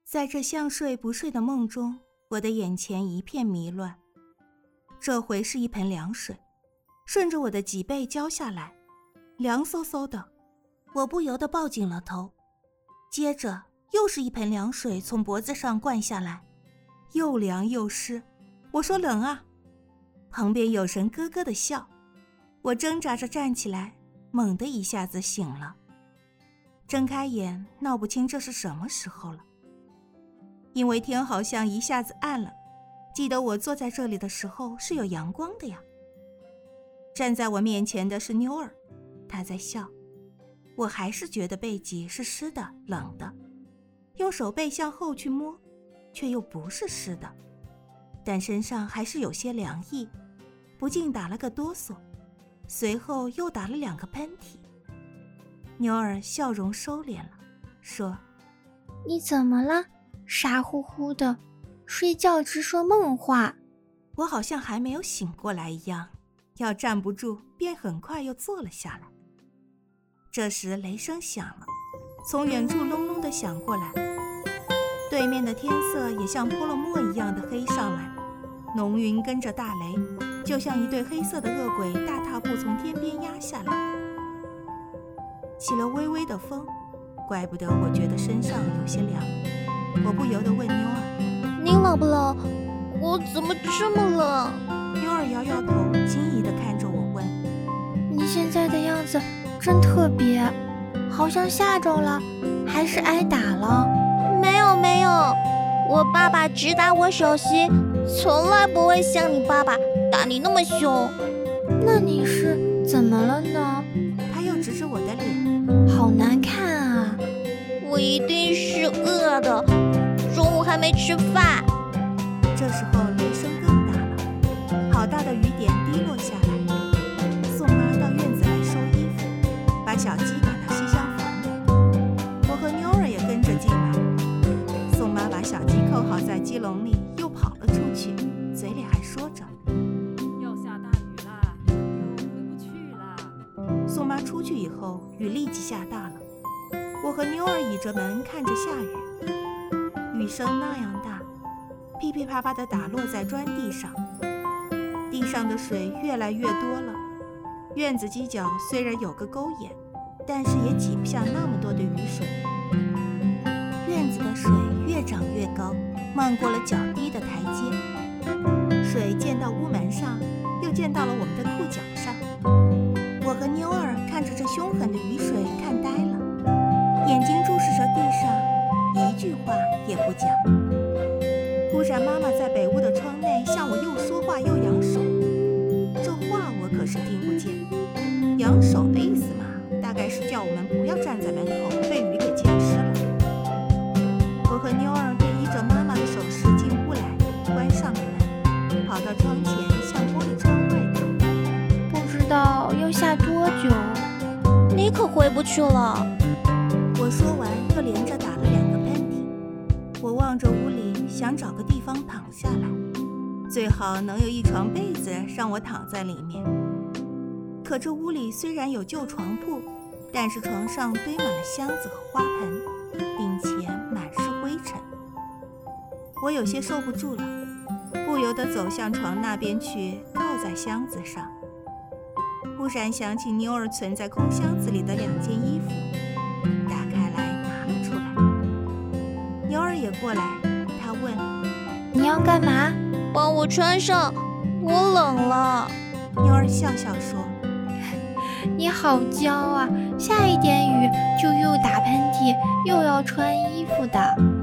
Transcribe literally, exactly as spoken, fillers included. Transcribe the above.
在这像睡不睡的梦中，我的眼前一片迷乱。这回是一盆凉水，顺着我的脊背浇下来，凉飕飕的，我不由得抱紧了头。接着又是一盆凉水从脖子上灌下来，又凉又湿。我说冷啊，旁边有人咯咯地笑。我挣扎着站起来，猛地一下子醒了。睁开眼，闹不清这是什么时候了，因为天好像一下子暗了。记得我坐在这里的时候是有阳光的呀。站在我面前的是妞儿，她在笑。我还是觉得背脊是湿的、冷的，用手背向后去摸，却又不是湿的，但身上还是有些凉意，不禁打了个哆嗦，随后又打了两个喷嚏。妞儿笑容收敛了，说： 你怎么了？傻乎乎的，睡觉直说梦话。 我好像还没有醒过来一样，要站不住，便很快又坐了下来。这时雷声响了，从远处隆隆地响过来，对面的天色也像泼了墨一样的黑上来，浓云跟着大雷，就像一对黑色的恶鬼大踏步从天边压下来。起了微微的风，怪不得我觉得身上有些凉。我不由得问妞儿： 您冷不冷？我怎么这么冷？ 妞儿摇摇头，惊疑地看着我问： 你现在的样子真特别，好像吓着了，还是挨打了？没有没有，我爸爸只打我手心，从来不会像你爸爸打你那么凶。那你是怎么了呢？ 他又指指我的脸， 好难看啊！我一定是饿的，中午还没吃饭。 这时候雷声更大了，好大的雨点滴落下来。宋妈到院子来收衣服，把小鸡赶到西厢房里，我和妞儿也跟着进来。宋妈把小鸡扣好在鸡笼里，又跑了出去，嘴里还说着： 要下大雨了，又回不去了。 宋妈出去以后，雨立即下大了。我和妞儿倚着门看着下雨，雨声那样大，噼噼啪啪地打落在砖地上，地上的水越来越多了。院子犄角虽然有个沟眼，但是也挤不下那么多的雨水。院子的水越涨越高，漫过了脚低的台阶，水溅到屋门上，又溅到了我们的裤脚上。我和妞儿看着这凶狠的雨水看呆了，眼睛注视着地上，一句话也不讲。忽然妈妈在北屋的窗内向我又说话又扬手，这话我可是听不见。扬手的意思嘛，大概是叫我们不要站在门口被雨给溅湿了。我和妞儿便依着妈妈的手势进屋来，关上了门，跑到窗前向玻璃窗外打。 不知道要下多久，你可回不去了。 我说完又连着打了两个喷嚏。我望着屋里，想找个地方躺下来，最好能有一床被子让我躺在里面。可这屋里虽然有旧床铺，但是床上堆满了箱子和花盆，并且满是灰尘。我有些受不住了，不由得走向床那边去，靠在箱子上。忽然想起妞儿存在空箱子里的两件衣服，打开来拿了出来。妞儿也过来，她问： 你要干嘛？帮我穿上，我冷了。 妞儿笑笑说： 你好娇啊，下一点雨就又打喷嚏又要穿衣服的。